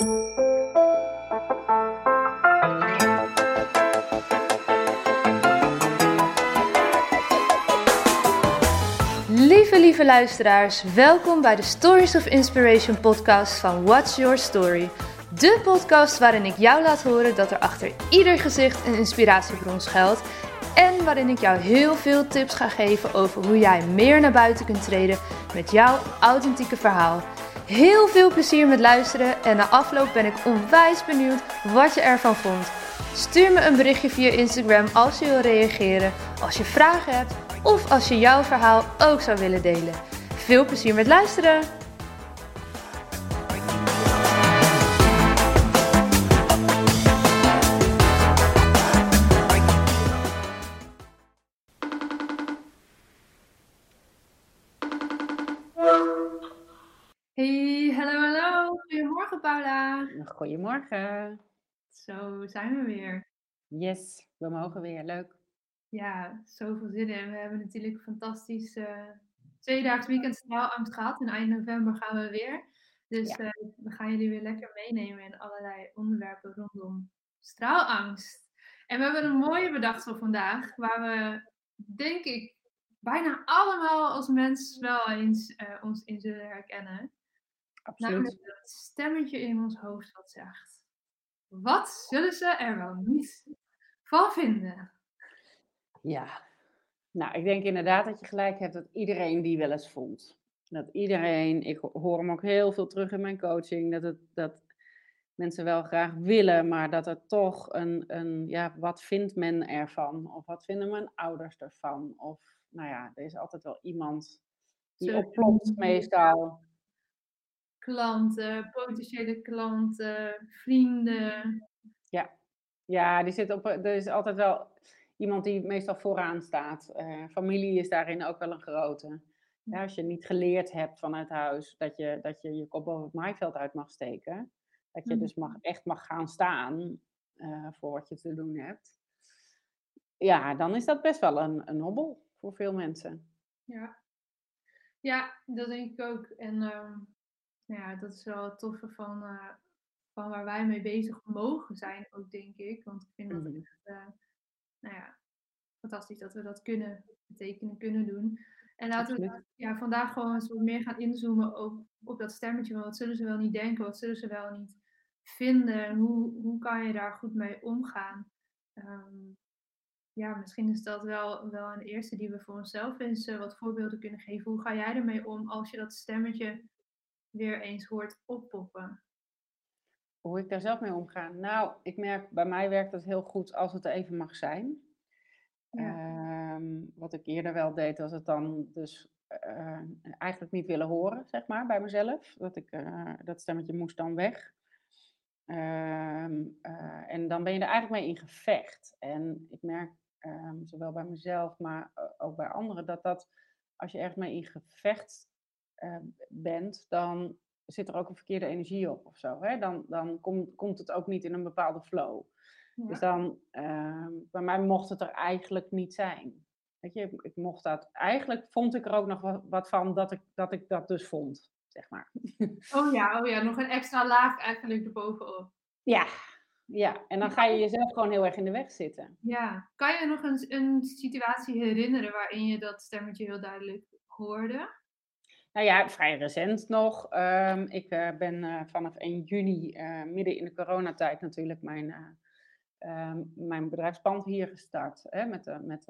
Lieve luisteraars, welkom bij de Stories of Inspiration podcast van What's Your Story. De podcast waarin ik jou laat horen dat er achter ieder gezicht een inspiratiebron schuilt. En waarin ik jou heel veel tips ga geven over hoe jij meer naar buiten kunt treden met jouw authentieke verhaal. Heel veel plezier met luisteren en na afloop ben ik onwijs benieuwd wat je ervan vond. Stuur me een berichtje via Instagram als je wil reageren, als je vragen hebt of als je jouw verhaal ook zou willen delen. Veel plezier met luisteren! Hey, hallo. Goedemorgen Paula. Goedemorgen. Zo, zijn we weer. Yes, we mogen weer. Leuk. Ja, zoveel zin in. We hebben natuurlijk een fantastisch tweedaags weekend straalangst gehad. In eind november gaan we weer. Dus Ja. we gaan jullie weer lekker meenemen in allerlei onderwerpen rondom straalangst. En we hebben een mooie bedacht voor vandaag. Waar we, denk ik, bijna allemaal als mens wel eens ons in zullen herkennen. Absoluut. Namelijk dat stemmetje in ons hoofd wat zegt: wat zullen ze er wel niet van vinden? Ja, nou ik denk inderdaad dat je gelijk hebt dat iedereen die wel eens voelt. Dat iedereen, ik hoor hem ook heel veel terug in mijn coaching, dat mensen wel graag willen, maar dat er toch wat vindt men ervan? Of wat vinden mijn ouders ervan? Of, nou ja, er is altijd wel iemand die opklopt meestal. Klanten, potentiële klanten, vrienden. Ja, er is altijd wel iemand die meestal vooraan staat. Familie is daarin ook wel een grote. Ja, als je niet geleerd hebt vanuit huis dat je kop boven het maaiveld uit mag steken. Dat je dus echt mag gaan staan voor wat je te doen hebt. Ja, dan is dat best wel een hobbel voor veel mensen. Ja, dat denk ik ook. En ja, dat is wel het toffe van waar wij mee bezig mogen zijn ook, denk ik. Want ik vind dat echt fantastisch dat we dat kunnen betekenen, kunnen doen. En laten we vandaag gewoon eens wat meer gaan inzoomen op dat stemmetje. Wat zullen ze wel niet denken? Wat zullen ze wel niet vinden? Hoe kan je daar goed mee omgaan? Misschien is dat wel een eerste die we voor onszelf eens wat voorbeelden kunnen geven. Hoe ga jij ermee om als je dat stemmetje weer eens hoort oppoppen? Hoe ik daar zelf mee omga? Nou, ik merk, bij mij werkt het heel goed als het er even mag zijn. Ja. Wat ik eerder wel deed, was het dan dus eigenlijk niet willen horen, zeg maar, bij mezelf. Dat stemmetje moest dan weg. En dan ben je er eigenlijk mee in gevecht. En ik merk, zowel bij mezelf, maar ook bij anderen, dat als je ergens mee in gevecht bent, dan zit er ook een verkeerde energie op of zo. Hè? Dan komt het ook niet in een bepaalde flow. Ja. Dus dan, bij mij mocht het er eigenlijk niet zijn. Weet je, ik mocht dat. Eigenlijk vond ik er ook nog wat van dat ik dat dus vond, zeg maar. Oh ja, nog een extra laag eigenlijk erbovenop. Ja, en dan ga je jezelf gewoon heel erg in de weg zitten. Ja, kan je nog een situatie herinneren waarin je dat stemmetje heel duidelijk hoorde? Nou ja, vrij recent nog. Ik ben vanaf 1 juni, midden in de coronatijd natuurlijk, mijn bedrijfspand hier gestart. Hè, met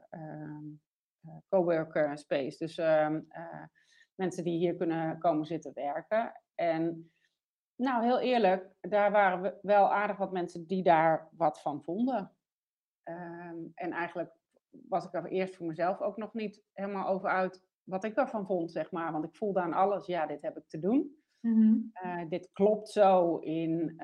coworker space. Dus mensen die hier kunnen komen zitten werken. En nou, heel eerlijk, daar waren wel aardig wat mensen die daar wat van vonden. En eigenlijk was ik er eerst voor mezelf ook nog niet helemaal over uit wat ik ervan vond, zeg maar. Want ik voelde aan alles, ja, dit heb ik te doen. Dit klopt zo in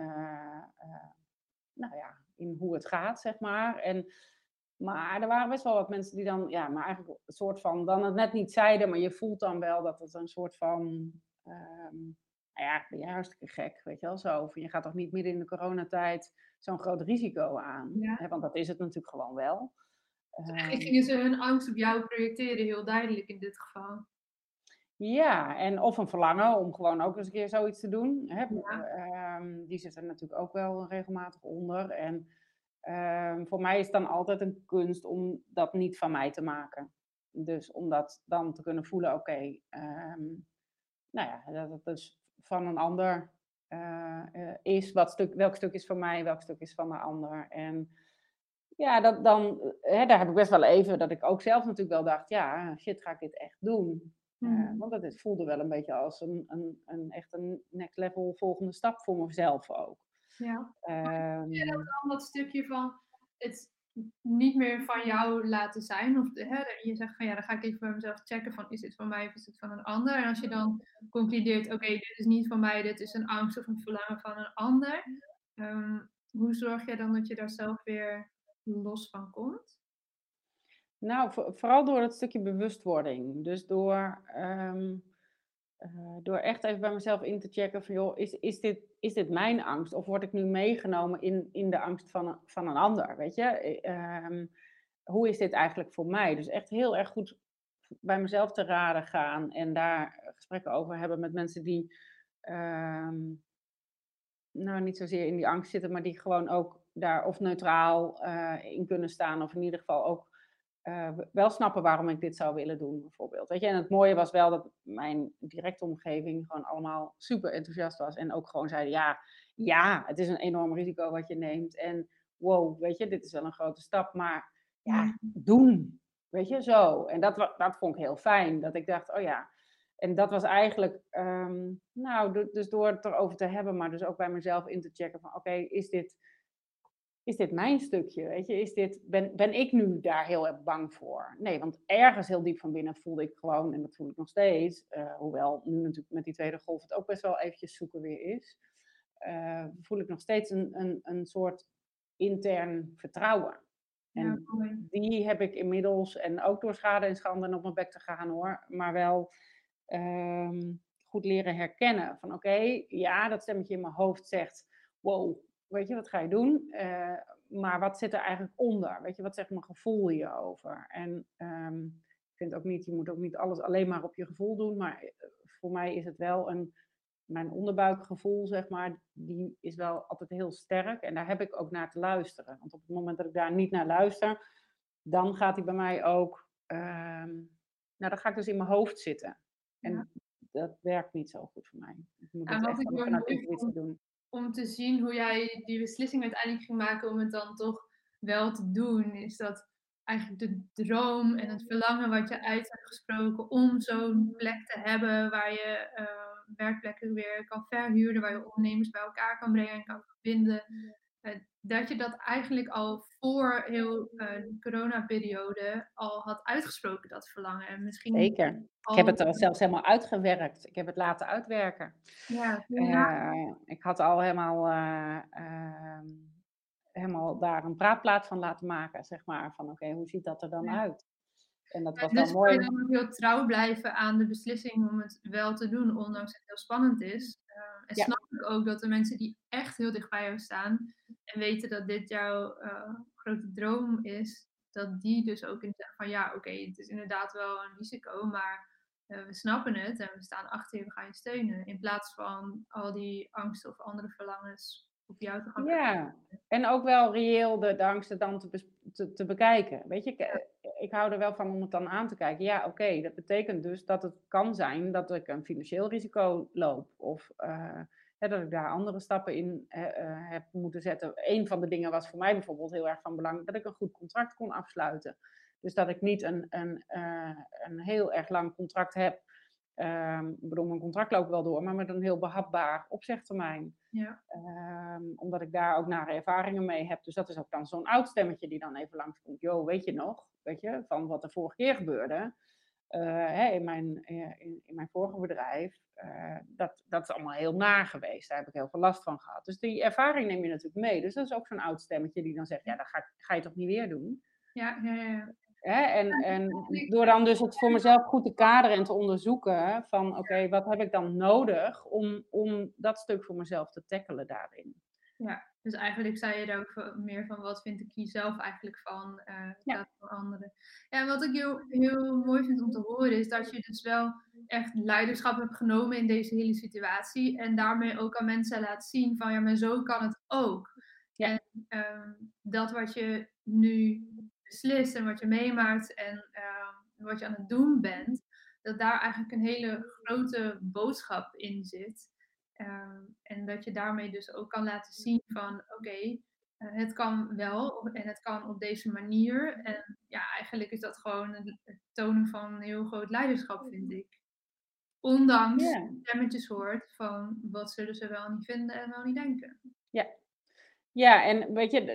hoe het gaat, zeg maar. Maar er waren best wel wat mensen die dan, ja, maar eigenlijk een soort van, dan het net niet zeiden, maar je voelt dan wel dat het een soort van, ben je hartstikke gek, weet je wel, zo. Of je gaat toch niet midden in de coronatijd zo'n groot risico aan? Ja. Hè, want dat is het natuurlijk gewoon wel. Eigenlijk gingen ze hun angst op jou projecteren, heel duidelijk in dit geval. Ja, en of een verlangen om gewoon ook eens een keer zoiets te doen. Hè? Die zit er natuurlijk ook wel regelmatig onder. En voor mij is het dan altijd een kunst om dat niet van mij te maken. Dus om dat dan te kunnen voelen, oké, nou ja, dat het dus van een ander is. Welk stuk is van mij, welk stuk is van de ander. En ja, daar heb ik best wel even dat ik ook zelf natuurlijk wel dacht, ja, shit, ga ik dit echt doen? Want het voelde wel een beetje als echt een next level volgende stap voor mezelf ook. Ja. Ehm, Vind je dat dan dat stukje van het niet meer van jou laten zijn? Of je zegt van ja, dan ga ik even bij mezelf checken van is dit van mij of is dit van een ander? En als je dan concludeert, oké, dit is niet van mij, dit is een angst of een verlangen van een ander. Hoe zorg jij dan dat je daar zelf weer los van komt? Nou, vooral door het stukje bewustwording. Dus door echt even bij mezelf in te checken van, joh, is dit mijn angst? Of word ik nu meegenomen in de angst van een ander, weet je? Hoe is dit eigenlijk voor mij? Dus echt heel erg goed bij mezelf te raden gaan en daar gesprekken over hebben met mensen die, nou, niet zozeer in die angst zitten, maar die gewoon ook daar of neutraal in kunnen staan. Of in ieder geval ook wel snappen waarom ik dit zou willen doen, bijvoorbeeld. Weet je? En het mooie was wel dat mijn directe omgeving gewoon allemaal super enthousiast was. En ook gewoon zeiden, ja, het is een enorm risico wat je neemt. En wow, weet je, dit is wel een grote stap. Maar ja, doen. Weet je, zo. En dat vond ik heel fijn. Dat ik dacht, oh ja. En dat was eigenlijk, dus door het erover te hebben, maar dus ook bij mezelf in te checken van, oké, is dit mijn stukje, weet je? Ben ik nu daar heel erg bang voor? Nee, want ergens heel diep van binnen voelde ik gewoon, en dat voel ik nog steeds, hoewel nu natuurlijk met die tweede golf het ook best wel eventjes zoeken weer is, voel ik nog steeds een soort intern vertrouwen. En die heb ik inmiddels, en ook door schade en schande op mijn bek te gaan hoor, maar wel goed leren herkennen. Van oké, ja, dat stemmetje in mijn hoofd zegt, wow, weet je, wat ga je doen? Maar wat zit er eigenlijk onder? Weet je, wat zegt mijn gevoel hierover? En ik vind ook niet, je moet ook niet alles alleen maar op je gevoel doen, maar voor mij is het wel mijn onderbuikgevoel, zeg maar, die is wel altijd heel sterk. En daar heb ik ook naar te luisteren. Want op het moment dat ik daar niet naar luister, dan gaat hij bij mij ook, dan ga ik dus in mijn hoofd zitten. En dat werkt niet zo goed voor mij. Ik moet het echt vanuit intuïtie doen. Om te zien hoe jij die beslissing uiteindelijk ging maken om het dan toch wel te doen, is dat eigenlijk de droom en het verlangen wat je uit hebt gesproken om zo'n plek te hebben waar je werkplekken weer kan verhuren, waar je ondernemers bij elkaar kan brengen en kan verbinden. Dat je dat eigenlijk al voor heel de coronaperiode al had uitgesproken, dat verlangen. En misschien Zeker. Ik heb het al zelfs helemaal uitgewerkt. Ik heb het laten uitwerken. Ja, ik had al helemaal daar een praatplaat van laten maken, zeg maar. Van oké, hoe ziet dat er dan uit? En dat was dus wel mooi. kun je dan ook heel trouw blijven aan de beslissing om het wel te doen, ondanks het heel spannend is. En snap ik ook dat de mensen die echt heel dicht bij jou staan en weten dat dit jouw grote droom is, dat die dus ook in zeggen van ja, oké, het is inderdaad wel een risico, maar we snappen het en we staan achter je, we gaan je steunen. In plaats van al die angsten of andere verlangens op jou te gaan Ja, en ook wel reëel de angsten dan te bekijken. Weet je, ik hou er wel van om het dan aan te kijken. Ja, oké, dat betekent dus dat het kan zijn dat ik een financieel risico loop. Of dat ik daar andere stappen in heb moeten zetten. Een van de dingen was voor mij bijvoorbeeld heel erg van belang dat ik een goed contract kon afsluiten. Dus dat ik niet een heel erg lang contract heb. Ik bedoel, mijn contract loopt wel door, maar met een heel behapbaar opzegtermijn. Ja. Omdat ik daar ook nare ervaringen mee heb. Dus dat is ook dan zo'n oud stemmetje die dan even langskomt. Jo, weet je nog? Weet je, van wat er vorige keer gebeurde. In mijn vorige bedrijf. Dat is allemaal heel naar geweest. Daar heb ik heel veel last van gehad. Dus die ervaring neem je natuurlijk mee. Dus dat is ook zo'n oud stemmetje die dan zegt. Ja, dat ga je toch niet weer doen? Ja. En door dan dus het voor mezelf goed te kaderen en te onderzoeken van oké, wat heb ik dan nodig om dat stuk voor mezelf te tackelen daarin. Ja, dus eigenlijk zei je daar ook meer van, wat vind ik hier zelf eigenlijk van, in Ja, plaats van anderen. Ja, en wat ik heel mooi vind om te horen is dat je dus wel echt leiderschap hebt genomen in deze hele situatie en daarmee ook aan mensen laat zien van, ja, maar zo kan het ook. ja, En dat wat je nu beslist en wat je meemaakt en wat je aan het doen bent, dat daar eigenlijk een hele grote boodschap in zit. En dat je daarmee dus ook kan laten zien van oké, het kan wel en het kan op deze manier. En ja, eigenlijk is dat gewoon het tonen van een heel groot leiderschap, vind ik. Ondanks ja, stemmetjes hoort van wat zullen ze wel niet vinden en wel niet denken. ja. Ja, en weet je,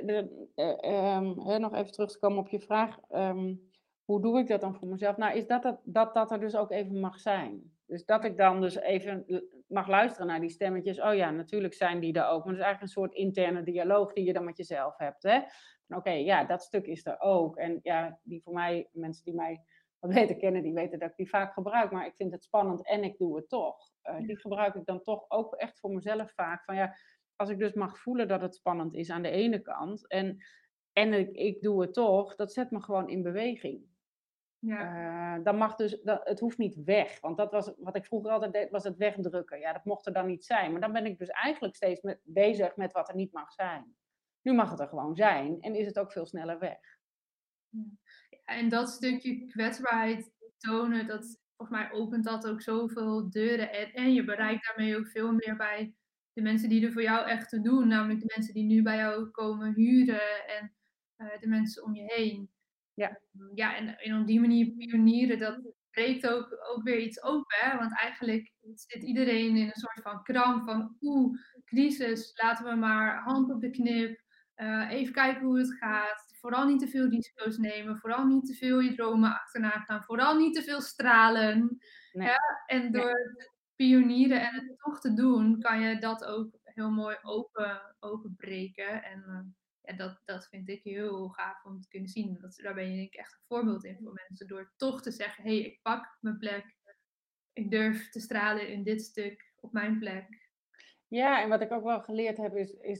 nog even terug te komen op je vraag. Hoe doe ik dat dan voor mezelf? Nou, is dat er dus ook even mag zijn. Dus dat ik dan dus even mag luisteren naar die stemmetjes. Oh ja, natuurlijk zijn die er ook. Maar het is eigenlijk een soort interne dialoog die je dan met jezelf hebt. Hè? Oké, ja, dat stuk is er ook. En ja, die voor mij, mensen die mij wat beter kennen, die weten dat ik die vaak gebruik. Maar ik vind het spannend en ik doe het toch. Die gebruik ik dan toch ook echt voor mezelf vaak. Van ja, als ik dus mag voelen dat het spannend is aan de ene kant en ik doe het toch, dat zet me gewoon in beweging. Ja, Dan mag dus, het hoeft niet weg, want dat was wat ik vroeger altijd deed, was het wegdrukken. Ja, dat mocht er dan niet zijn. Maar dan ben ik dus eigenlijk steeds bezig met wat er niet mag zijn. Nu mag het er gewoon zijn en is het ook veel sneller weg. ja. En dat stukje kwetsbaarheid tonen, dat volgens mij opent dat ook zoveel deuren. En je bereikt daarmee ook veel meer bij de mensen die er voor jou echt te doen. Namelijk de mensen die nu bij jou komen huren en de mensen om je heen. Ja, Ja, en op die manier pionieren, dat breekt ook weer iets open. Hè? Want eigenlijk zit iedereen in een soort van kramp van crisis, laten we maar hand op de knip. Even kijken hoe het gaat. Vooral niet te veel risico's nemen. Vooral niet te veel je dromen achterna gaan. Vooral niet te veel stralen. Ja? nee, En nee. door te pionieren en het toch te doen, kan je dat ook heel mooi openbreken. En ja, dat vind ik heel gaaf om te kunnen zien. Daar ben je denk ik echt een voorbeeld in voor mensen. Door toch te zeggen, hé, ik pak mijn plek. Ik durf te stralen in dit stuk op mijn plek. Ja, en wat ik ook wel geleerd heb, is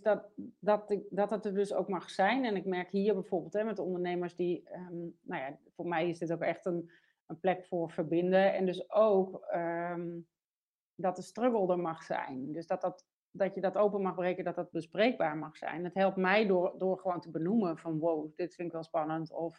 dat het er dus ook mag zijn. En ik merk hier bijvoorbeeld hè, met de ondernemers die, nou ja, voor mij is dit ook echt een plek voor verbinden. En dus ook dat de struggle er mag zijn. Dus dat je dat open mag breken, dat dat bespreekbaar mag zijn. Het helpt mij door gewoon te benoemen van wow, dit vind ik wel spannend. Of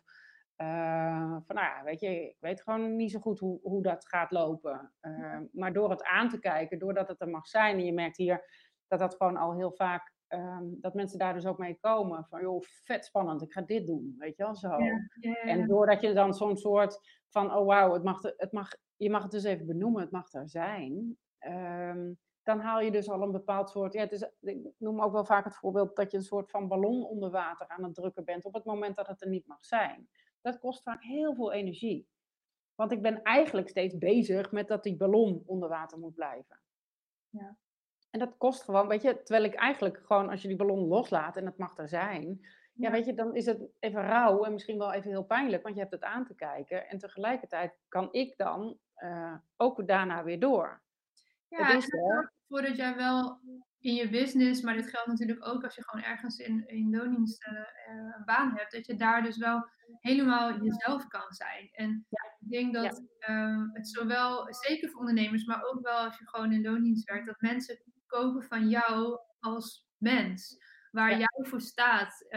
van nou ja, weet je, ik weet gewoon niet zo goed hoe dat gaat lopen. Maar door het aan te kijken, doordat het er mag zijn. En je merkt hier dat gewoon al heel vaak, dat mensen daar dus ook mee komen. Van joh, vet spannend, ik ga dit doen, weet je wel, Ja, zo. ja, En ja. doordat je dan zo'n soort van, oh wauw, je mag het dus even benoemen, het mag er zijn. Dan haal je dus al een bepaald soort, ja, ik noem ook wel vaak het voorbeeld dat je een soort van ballon onder water aan het drukken bent op het moment dat het er niet mag zijn. Dat kost vaak heel veel energie. Want ik ben eigenlijk steeds bezig met dat die ballon onder water moet blijven. Ja. En dat kost gewoon, weet je, terwijl ik eigenlijk gewoon, als je die ballon loslaat en het mag er zijn, ja, Ja. weet je, dan is het even rauw en misschien wel even heel pijnlijk, want je hebt het aan te kijken. En tegelijkertijd kan ik dan ook daarna weer door. Het Ja, en is dat er. zorgt ervoor dat jij wel in je business, maar dit geldt natuurlijk ook als je gewoon ergens in loondienst een baan hebt, dat je daar dus wel helemaal jezelf kan zijn. En ik denk Ja, dat het zowel, zeker voor ondernemers, maar ook wel als je gewoon in loondienst werkt, dat mensen kopen van jou als mens, waar ja, jij voor staat.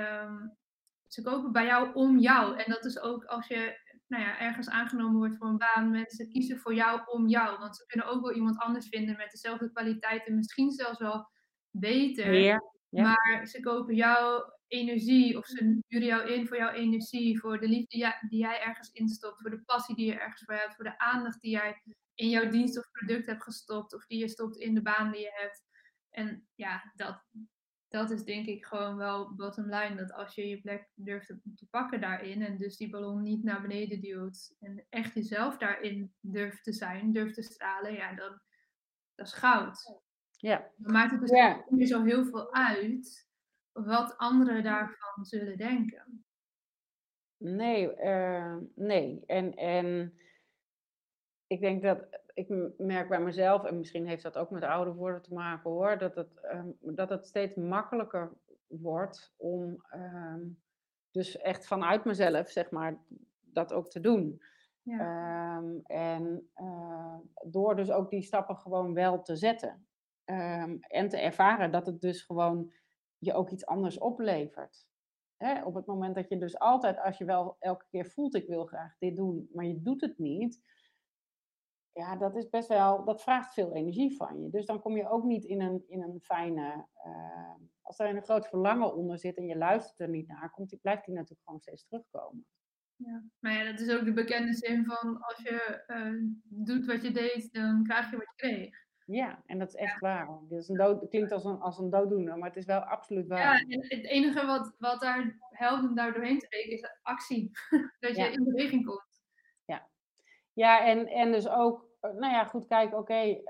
Ze kopen bij jou om jou. En dat is ook als je nou ja, ergens aangenomen wordt voor een baan. Mensen kiezen voor jou om jou. Want ze kunnen ook wel iemand anders vinden met dezelfde kwaliteiten. Misschien zelfs wel beter. meer. Ja, Maar ze kopen jouw energie. Of ze huren jou in voor jouw energie. Voor de liefde die jij ergens instopt. Voor de passie die je ergens voor hebt. Voor de aandacht die jij in jouw dienst of product hebt gestopt. Of die je stopt in de baan die je hebt. En ja, dat is denk ik gewoon wel bottom line. Dat als je je plek durft te pakken daarin en dus die ballon niet naar beneden duwt en echt jezelf daarin durft te zijn, durft te stralen, ja, dan dat is goud. ja, Dan maakt het dus ook ja. niet meer zo heel veel uit wat anderen daarvan zullen denken. Nee, nee. En ik denk dat ik merk bij mezelf, en misschien heeft dat ook met ouder worden te maken hoor, dat het steeds makkelijker wordt om dus echt vanuit mezelf, zeg maar, dat ook te doen. Ja. En door dus ook die stappen gewoon wel te zetten. En te ervaren dat het dus gewoon je ook iets anders oplevert. Hè? Op het moment dat je dus altijd, als je wel elke keer voelt, ik wil graag dit doen, maar je doet het niet. Ja, dat is best wel, dat vraagt veel energie van je. Dus dan kom je ook niet in een fijne. Als er een groot verlangen onder zit en je luistert er niet naar, blijft die natuurlijk gewoon steeds terugkomen. Ja. Maar ja, dat is ook de bekende zin van als je doet wat je deed, dan krijg je wat je kreeg. Ja, en dat is echt waar. Dat is het klinkt als een dooddoener, maar het is wel absoluut Ja, waar. en het enige wat daar helpt om daar doorheen te breken is actie. Dat je Ja, in beweging komt. ja. Ja, en dus ook, nou ja, goed kijken, oké,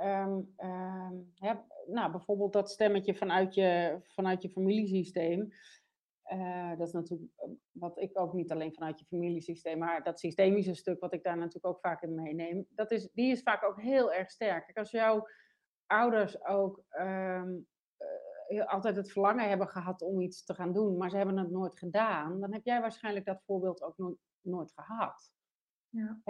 nou, bijvoorbeeld dat stemmetje vanuit je familiesysteem. Dat is natuurlijk wat ik ook niet alleen vanuit je familiesysteem, maar dat systemische stuk wat ik daar natuurlijk ook vaak in meeneem, die is vaak ook heel erg sterk. Kijk, als jouw ouders ook altijd het verlangen hebben gehad om iets te gaan doen, maar ze hebben het nooit gedaan, dan heb jij waarschijnlijk dat voorbeeld ook nooit gehad. Ja.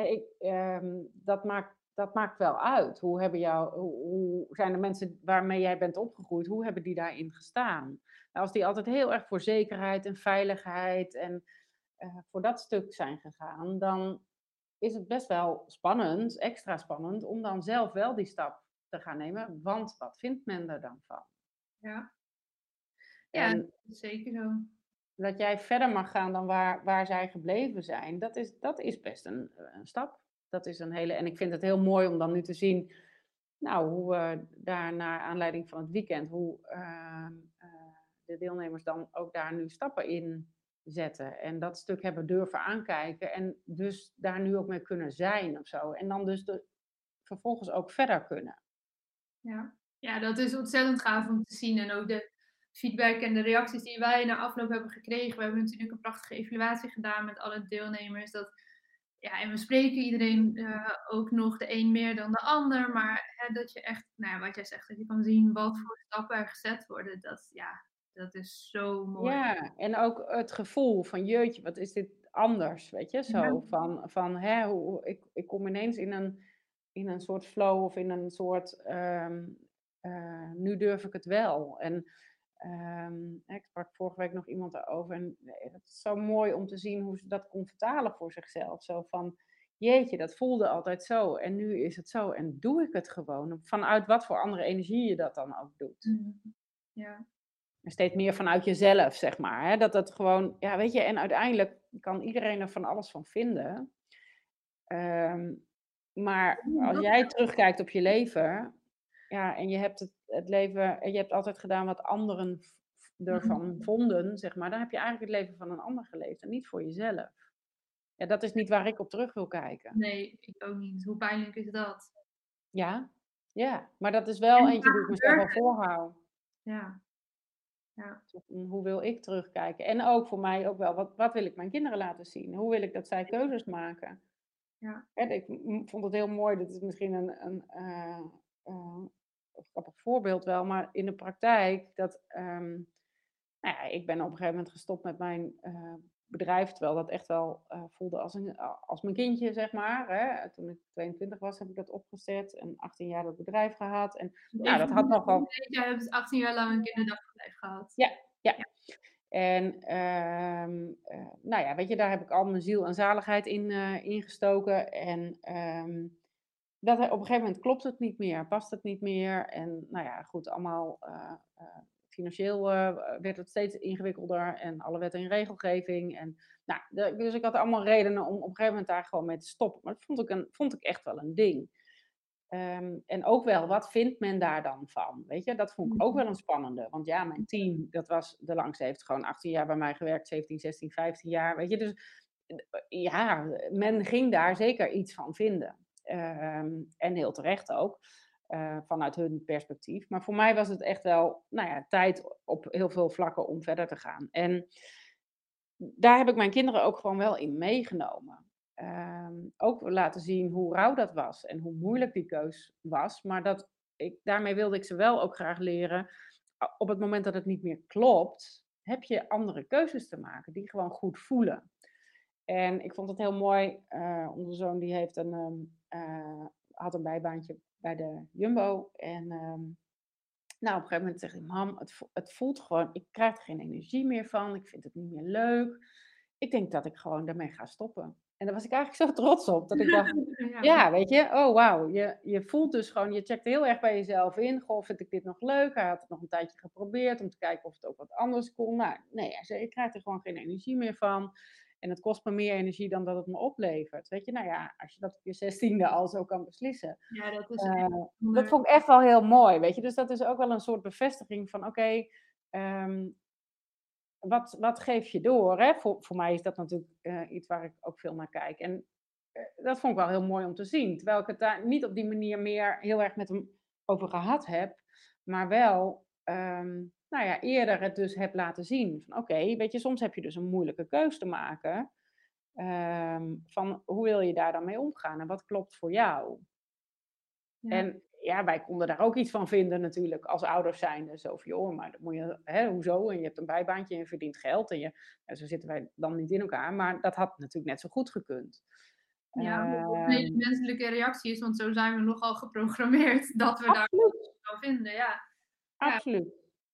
Dat maakt wel uit. Hoe zijn de mensen waarmee jij bent opgegroeid, hoe hebben die daarin gestaan? Nou, als die altijd heel erg voor zekerheid en veiligheid en voor dat stuk zijn gegaan, dan is het best wel spannend, extra spannend, om dan zelf wel die stap te gaan nemen. Want wat vindt men er dan van? Ja. Ja, En dat is zeker zo. dat jij verder mag gaan dan waar zij gebleven zijn, dat is best een stap. Dat is een hele. En ik vind het heel mooi om dan nu te zien, nou, hoe we daar naar aanleiding van het weekend, hoe de deelnemers dan ook daar nu stappen in zetten. En dat stuk hebben durven aankijken. En dus daar nu ook mee kunnen zijn of zo. En dan dus vervolgens ook verder kunnen. Ja. Ja, dat is ontzettend gaaf om te zien. En ook de feedback en de reacties die wij na afloop hebben gekregen. We hebben natuurlijk een prachtige evaluatie gedaan met alle deelnemers. Ja, en we spreken iedereen ook nog de een meer dan de ander. Maar dat je echt, nou ja, wat jij zegt, dat je kan zien wat voor stappen er gezet worden. Dat is zo mooi. Ja, en ook het gevoel van jeetje, wat is dit anders, weet je, Ja. zo van hè, ik kom ineens in een soort flow of in een soort, nu durf ik het wel. En ik sprak vorige week nog iemand daarover en het is zo mooi om te zien hoe ze dat kon vertalen voor zichzelf. Zo van, jeetje, dat voelde altijd zo en nu is het zo en doe ik het gewoon. Vanuit wat voor andere energie je dat dan ook doet. Ja. Steeds meer vanuit jezelf, zeg maar. Hè? Dat gewoon, ja, weet je, en uiteindelijk kan iedereen er van alles van vinden. Maar als jij terugkijkt op je leven, ja, en je hebt het leven, en je hebt altijd gedaan wat anderen ervan vonden, zeg maar, dan heb je eigenlijk het leven van een ander geleefd en niet voor jezelf. Ja, dat is niet waar ik op terug wil kijken. Nee, ik ook niet. Hoe pijnlijk is dat? Ja, ja, maar dat is wel En eentje die ik mezelf gebeurt wel voorhoud. Ja. Ja. Hoe wil ik terugkijken? En ook voor mij ook wel, wat wil ik mijn kinderen laten zien? Hoe wil ik dat zij keuzes maken? Ja. Ik vond het heel mooi, dat is misschien een grappig voorbeeld wel, maar in de praktijk, nou ja, ik ben op een gegeven moment gestopt met mijn bedrijf, terwijl dat echt wel voelde als mijn kindje, zeg maar. Hè. Toen ik 22 was, heb ik dat opgezet en 18 jaar dat bedrijf gehad. En nou, dat had nog wel. Jij hebt dus 18 jaar lang een kinderdagverblijf gehad. Ja, ja. En nou ja, weet je, daar heb ik al mijn ziel en zaligheid in gestoken. En op een gegeven moment klopt het niet meer, past het niet meer. En nou ja, goed, allemaal financieel werd het steeds ingewikkelder. En alle wet en regelgeving. En, nou, dus ik had allemaal redenen om op een gegeven moment daar gewoon mee te stoppen. Maar dat vond ik echt wel een ding. En ook wel, wat vindt men daar dan van? Weet je, dat vond ik ook wel een spannende. Want ja, mijn team, de langste heeft gewoon 18 jaar bij mij gewerkt, 17, 16, 15 jaar. Weet je, dus ja, men ging daar zeker iets van vinden. En heel terecht ook, vanuit hun perspectief. Maar voor mij was het echt wel, nou ja, tijd op heel veel vlakken om verder te gaan. En daar heb ik mijn kinderen ook gewoon wel in meegenomen. ook laten zien hoe rauw dat was en hoe moeilijk die keus was. Maar daarmee wilde ik ze wel ook graag leren. Op het moment dat het niet meer klopt, heb je andere keuzes te maken die gewoon goed voelen. En ik vond het heel mooi. Onze zoon die heeft had een bijbaantje bij de Jumbo. En nou, op een gegeven moment zegt hij: mam, het voelt gewoon, ik krijg er geen energie meer van. Ik vind het niet meer leuk. Ik denk dat ik gewoon daarmee ga stoppen. En daar was ik eigenlijk zo trots op. Dat ik dacht, ja, weet je, oh wauw. Je voelt dus gewoon, je checkt heel erg bij jezelf in. Goh, vind ik dit nog leuk? Hij had het nog een tijdje geprobeerd om te kijken of het ook wat anders kon. Nou, nee, hij zei, ik krijg er gewoon geen energie meer van. En het kost me meer energie dan dat het me oplevert. Weet je, nou ja, als je dat op je 16e al zo kan beslissen. Ja, dat is Dat vond ik echt wel heel mooi, weet je. Dus dat is ook wel een soort bevestiging van, oké, wat geef je door? Hè? Voor mij is dat natuurlijk iets waar ik ook veel naar kijk. En dat vond ik wel heel mooi om te zien. Terwijl ik het daar niet op die manier meer heel erg met hem over gehad heb. Maar wel, nou ja, eerder het dus heb laten zien. Van oké, weet je, soms heb je dus een moeilijke keus te maken. Van hoe wil je daar dan mee omgaan? En wat klopt voor jou? Ja. En ja, wij konden daar ook iets van vinden natuurlijk, als ouders zijnde. Zo van, joh, maar dat moet je, hoezo? En je hebt een bijbaantje en je verdient geld. En zo zitten wij dan niet in elkaar. Maar dat had natuurlijk net zo goed gekund. Ja, omdat het een hele menselijke reactie is, want zo zijn we nogal geprogrammeerd dat we daar iets van vinden, ja. Absoluut.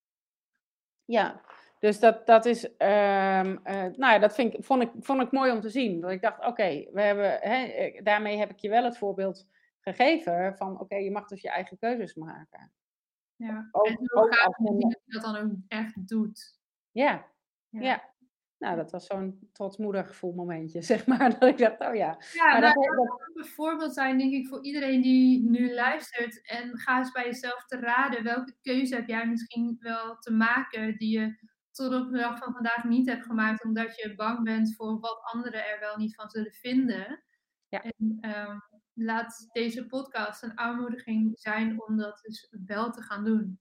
Ja, dus dat is, nou ja, dat vond ik mooi om te zien. Dat ik dacht, oké, daarmee heb ik je wel het voorbeeld gegeven van, oké, je mag dus je eigen keuzes maken. Ja, Ook, en zo ook gaaf als dat je dat dan ook echt doet. Ja. Nou, dat was zo'n trotsmoedergevoel momentje, zeg maar. Dat ik dacht, oh ja. Ja, Maar dat kan ook een voorbeeld zijn, denk ik, voor iedereen die nu luistert. En ga eens bij jezelf te raden. Welke keuze heb jij misschien wel te maken die je tot op de dag van vandaag niet hebt gemaakt, omdat je bang bent voor wat anderen er wel niet van zullen vinden. Ja. En laat deze podcast een aanmoediging zijn om dat dus wel te gaan doen.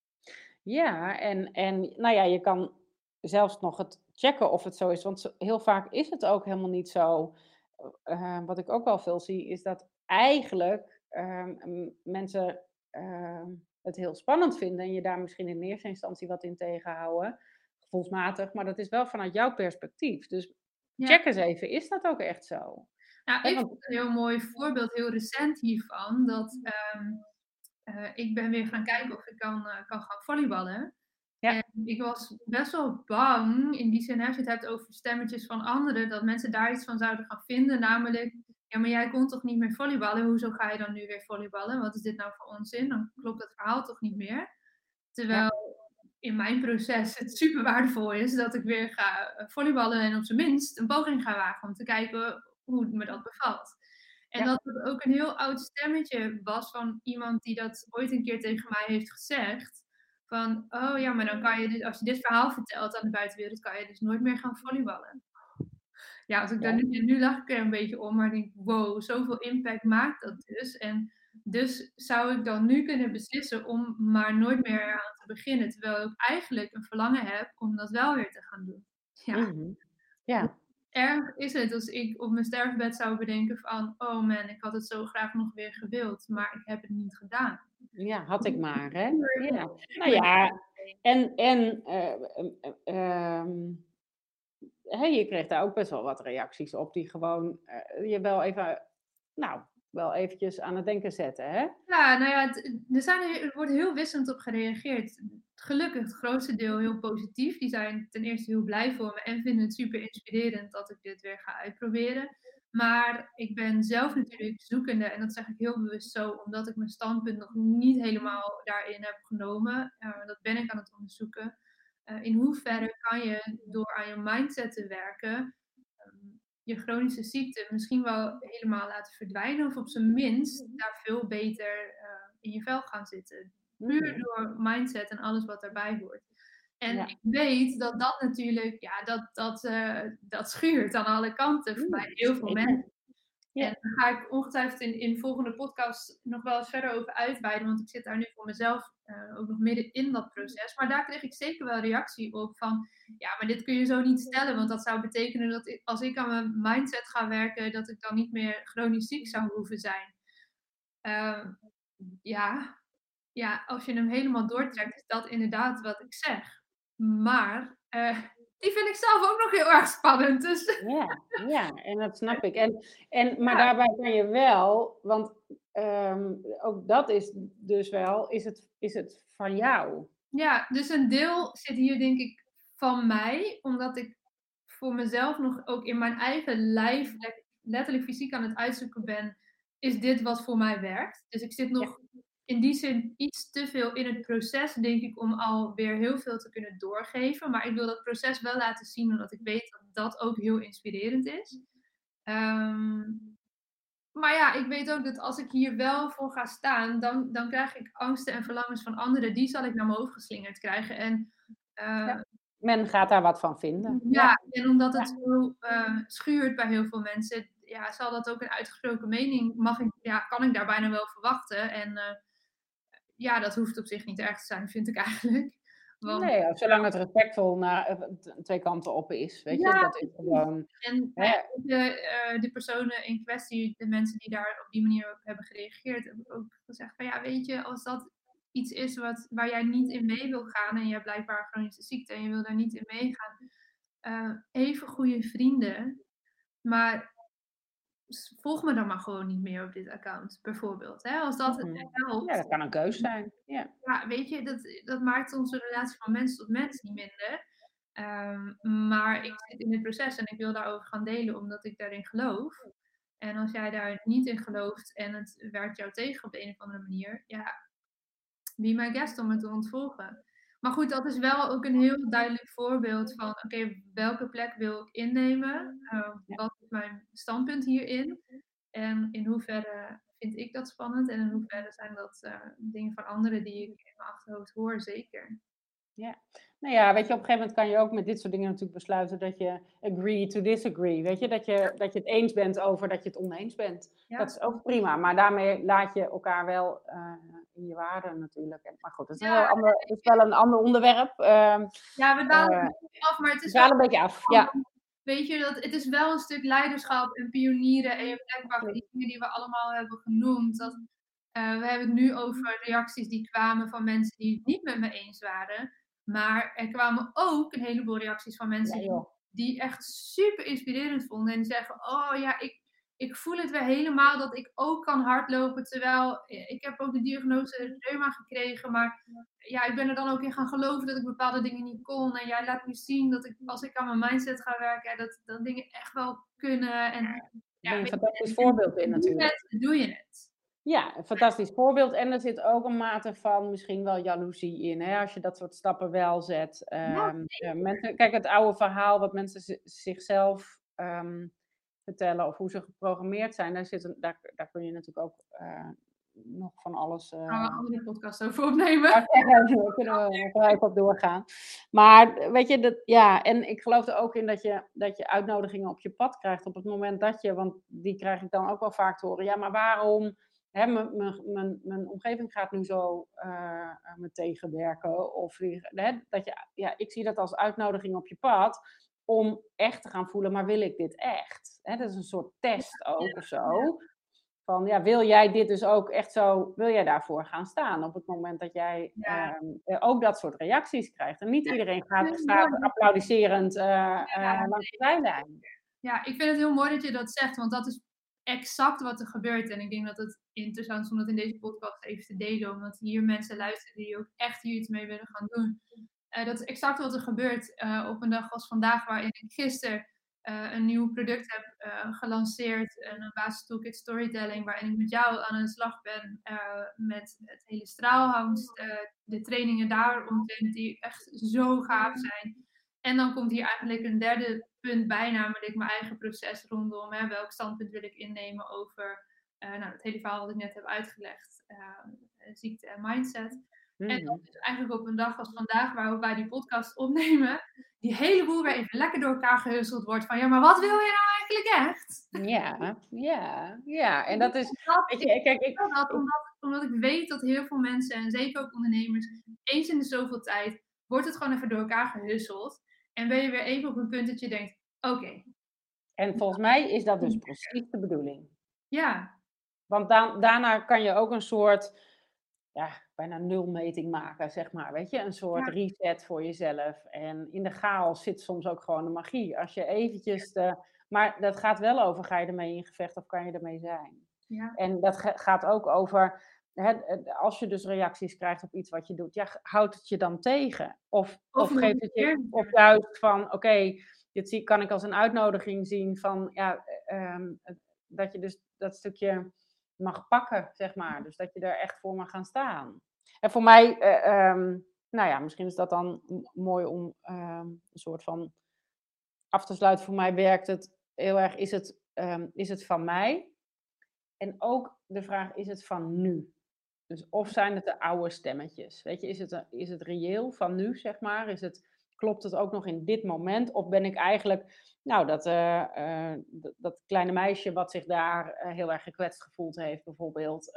Ja, en nou ja, je kan zelfs nog het checken of het zo is. Want heel vaak is het ook helemaal niet zo. Wat ik ook wel veel zie, is dat eigenlijk mensen het heel spannend vinden. En je daar misschien in eerste instantie wat in tegenhouden. Gevoelsmatig, maar dat is wel vanuit jouw perspectief. Dus check eens even, is dat ook echt zo? Nou, ik vond een heel mooi voorbeeld, heel recent hiervan. Dat ik ben weer gaan kijken of ik kan gaan volleyballen. Ja. En ik was best wel bang, in die zin, als je het hebt over stemmetjes van anderen, dat mensen daar iets van zouden gaan vinden. Namelijk, ja, maar jij kon toch niet meer volleyballen? Hoezo ga je dan nu weer volleyballen? Wat is dit nou voor onzin? Dan klopt het verhaal toch niet meer? Terwijl in mijn proces het super waardevol is dat ik weer ga volleyballen en op zijn minst een poging ga wagen om te kijken hoe me dat bevalt. En dat het ook een heel oud stemmetje was van iemand die dat ooit een keer tegen mij heeft gezegd. Van, oh ja, maar dan kan je dus, als je dit verhaal vertelt aan de buitenwereld, kan je dus nooit meer gaan volleyballen. Ja, als ik daar nu lach ik er een beetje om, maar ik denk, wow, zoveel impact maakt dat dus. En dus zou ik dan nu kunnen beslissen om maar nooit meer aan te beginnen. Terwijl ik eigenlijk een verlangen heb om dat wel weer te gaan doen. Ja. Mm-hmm. Ja. Erg is het als ik op mijn sterfbed zou bedenken van, oh man, ik had het zo graag nog weer gewild, maar ik heb het niet gedaan. Ja, had ik maar, hè? Ja. Nou ja, en je kreeg daar ook best wel wat reacties op die gewoon je wel even, nou, wel eventjes aan het denken zetten, hè? Ja, nou ja, er wordt heel wisselend op gereageerd. Gelukkig het grootste deel heel positief. Die zijn ten eerste heel blij voor me en vinden het super inspirerend dat ik dit weer ga uitproberen. Maar ik ben zelf natuurlijk zoekende en dat zeg ik heel bewust zo, omdat ik mijn standpunt nog niet helemaal daarin heb genomen. Dat ben ik aan het onderzoeken. In hoeverre kan je door aan je mindset te werken je chronische ziekte misschien wel helemaal laten verdwijnen of op zijn minst daar veel beter in je vel gaan zitten. Puur door mindset en alles wat daarbij hoort. En ik weet dat dat natuurlijk, ja, dat schuurt aan alle kanten bij heel veel mensen. En daar ga ik ongetwijfeld in de volgende podcast nog wel eens verder over uitweiden. Want ik zit daar nu voor mezelf ook nog midden in dat proces. Maar daar kreeg ik zeker wel reactie op van... Ja, maar dit kun je zo niet stellen. Want dat zou betekenen dat als ik aan mijn mindset ga werken... dat ik dan niet meer chronisch ziek zou hoeven zijn. Ja, als je hem helemaal doortrekt... is dat inderdaad wat ik zeg. Maar... die vind ik zelf ook nog heel erg spannend. Dus. Ja, en dat snap ik. Maar daarbij kan je wel, want ook dat is dus wel, is het van jou? Ja, dus een deel zit hier denk ik van mij, omdat ik voor mezelf nog ook in mijn eigen lijf letterlijk fysiek aan het uitzoeken ben, is dit wat voor mij werkt? Dus ik zit nog in die zin iets te veel in het proces, denk ik, om alweer heel veel te kunnen doorgeven. Maar ik wil dat proces wel laten zien, omdat ik weet dat dat ook heel inspirerend is. Maar ja, ik weet ook dat als ik hier wel voor ga staan, dan krijg ik angsten en verlangens van anderen. Die zal ik naar mijn hoofd geslingerd krijgen. En, men gaat daar wat van vinden. Ja, en omdat het zo schuurt bij heel veel mensen, ja, zal dat ook een uitgesproken mening, kan ik daar bijna wel verwachten. En ja, dat hoeft op zich niet erg te zijn, vind ik eigenlijk. Want, nee, zolang het respectvol naar twee kanten op is, weet je, dat is gewoon... En de personen in kwestie, de mensen die daar op die manier op hebben gereageerd, hebben ook gezegd van ja, weet je, als dat iets is waar jij niet in mee wil gaan en je hebt blijkbaar chronische ziekte en je wil daar niet in meegaan, even goede vrienden, maar volg me dan maar gewoon niet meer op dit account, bijvoorbeeld. Hè? Als dat helpt. Ja, dat kan een keus zijn. Ja, weet je, dat maakt onze relatie van mens tot mens niet minder. Maar ik zit in het proces en ik wil daarover gaan delen omdat ik daarin geloof. En als jij daar niet in gelooft en het werkt jou tegen op de een of andere manier, ja, be my guest om het te ontvolgen. Maar goed, dat is wel ook een heel duidelijk voorbeeld van, oké, welke plek wil ik innemen? Wat is mijn standpunt hierin? En in hoeverre vind ik dat spannend? En in hoeverre zijn dat dingen van anderen die ik in mijn achterhoofd hoor? Zeker. Ja, nou ja, weet je, op een gegeven moment kan je ook met dit soort dingen natuurlijk besluiten dat je agree to disagree. Weet je, dat je het eens bent over dat je het oneens bent. Ja. Dat is ook prima, maar daarmee laat je elkaar wel in je waarde natuurlijk. Maar goed, dat is wel een ander onderwerp. Ja, we dalen een beetje af, maar het is wel een beetje af, ja. Weet je, het is wel een stuk leiderschap en pionieren en je plek pakken, die dingen die we allemaal hebben genoemd. We hebben het nu over reacties die kwamen van mensen die het niet met me eens waren. Maar er kwamen ook een heleboel reacties van mensen die echt super inspirerend vonden. En die zeggen, oh ja, ik voel het weer helemaal dat ik ook kan hardlopen. Terwijl ik heb ook de diagnose reuma gekregen. Maar ja, ik ben er dan ook in gaan geloven dat ik bepaalde dingen niet kon. En jij laat me zien dat als ik aan mijn mindset ga werken, dat dingen echt wel kunnen. En daar ben je een fantastisch voorbeeld in natuurlijk. Doe je het. Ja, een fantastisch voorbeeld. En er zit ook een mate van misschien wel jaloezie in. Hè? Als je dat soort stappen wel zet. Mensen, kijk, het oude verhaal wat mensen zichzelf vertellen. Of hoe ze geprogrammeerd zijn. Daar kun je natuurlijk ook nog van alles... Gaan we een andere podcast over opnemen. Daar kunnen we gelijk op doorgaan. Maar weet je, en ik geloof er ook in dat je uitnodigingen op je pad krijgt. Op het moment dat je, want die krijg ik dan ook wel vaak te horen. Ja, maar waarom... mijn omgeving gaat nu zo me tegenwerken. Of ik zie dat als uitnodiging op je pad om echt te gaan voelen, maar wil ik dit echt? Dat is een soort test ook of zo. Van wil jij dit dus ook echt zo, wil jij daarvoor gaan staan op het moment dat jij ook dat soort reacties krijgt. En niet iedereen staat applaudisserend langs de zijlijn. Ja, ik vind het heel mooi dat je dat zegt, want dat is exact wat er gebeurt. En ik denk dat het interessant is om dat in deze podcast even te delen. Omdat hier mensen luisteren die ook echt hier iets mee willen gaan doen. Dat is exact wat er gebeurt op een dag als vandaag. Waarin ik gisteren een nieuw product heb gelanceerd. Een basis toolkit storytelling. Waarin ik met jou aan de slag ben. Met het hele straalhound. De trainingen daar omtrent die echt zo gaaf zijn. En dan komt hier eigenlijk een derde punt bij, namelijk mijn eigen proces rondom welk standpunt wil ik innemen over het hele verhaal wat ik net heb uitgelegd, ziekte en mindset. En dat is eigenlijk op een dag als vandaag, waarop wij die podcast opnemen, die hele boel weer even lekker door elkaar gehusteld wordt van, ja, maar wat wil je nou eigenlijk echt? Ja. En dat is... Weet je, kijk, omdat ik weet dat heel veel mensen, en zeker ook ondernemers, eens in de zoveel tijd wordt het gewoon even door elkaar gehusseld. En ben je weer even op een punt dat je denkt, oké. En volgens mij is dat dus precies de bedoeling. Ja. Want daarna kan je ook een soort, bijna nulmeting maken, zeg maar. Weet je, een soort reset voor jezelf. En in de chaos zit soms ook gewoon de magie. Als je eventjes maar dat gaat wel over, ga je ermee in gevecht of kan je ermee zijn? Ja. En dat gaat ook over, als je dus reacties krijgt op iets wat je doet, houdt het je dan tegen? Of geeft het je, of juist van, oké, dit kan ik als een uitnodiging zien van, dat je dus dat stukje mag pakken, zeg maar. Dus dat je er echt voor mag gaan staan. En voor mij, misschien is dat dan mooi om een soort van af te sluiten. Voor mij werkt het heel erg, is het van mij? En ook de vraag, is het van nu? Dus of zijn het de oude stemmetjes? Weet je, is het reëel van nu, zeg maar? Klopt het ook nog in dit moment? Of ben ik eigenlijk, dat kleine meisje wat zich daar heel erg gekwetst gevoeld heeft, bijvoorbeeld.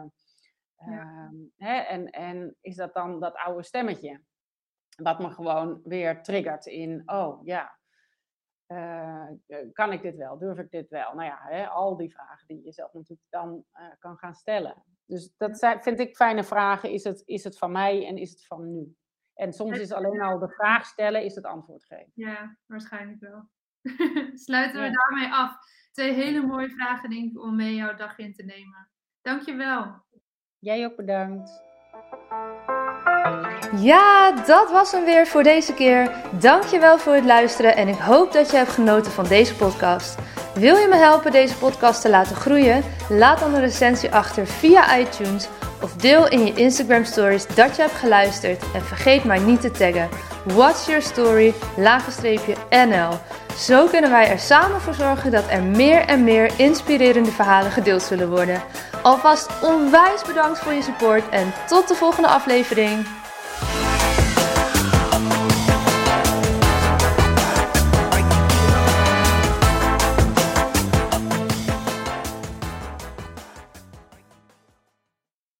En is dat dan dat oude stemmetje? Wat me gewoon weer triggert in, kan ik dit wel? Durf ik dit wel? Nou ja, al die vragen die je jezelf natuurlijk dan kan gaan stellen. Dus dat vind ik fijne vragen. Is het van mij en is het van nu? En soms is alleen al de vraag stellen, is het antwoord geven. Ja, waarschijnlijk wel. Sluiten we daarmee af. 2 hele mooie vragen, denk ik, om mee jouw dag in te nemen. Dankjewel. Jij ook bedankt. Ja, dat was hem weer voor deze keer. Dankjewel voor het luisteren en ik hoop dat je hebt genoten van deze podcast. Wil je me helpen deze podcast te laten groeien? Laat dan een recensie achter via iTunes of deel in je Instagram stories dat je hebt geluisterd en vergeet maar niet te taggen What's Your Story _NL. Zo kunnen wij er samen voor zorgen dat er meer en meer inspirerende verhalen gedeeld zullen worden. Alvast onwijs bedankt voor je support en tot de volgende aflevering.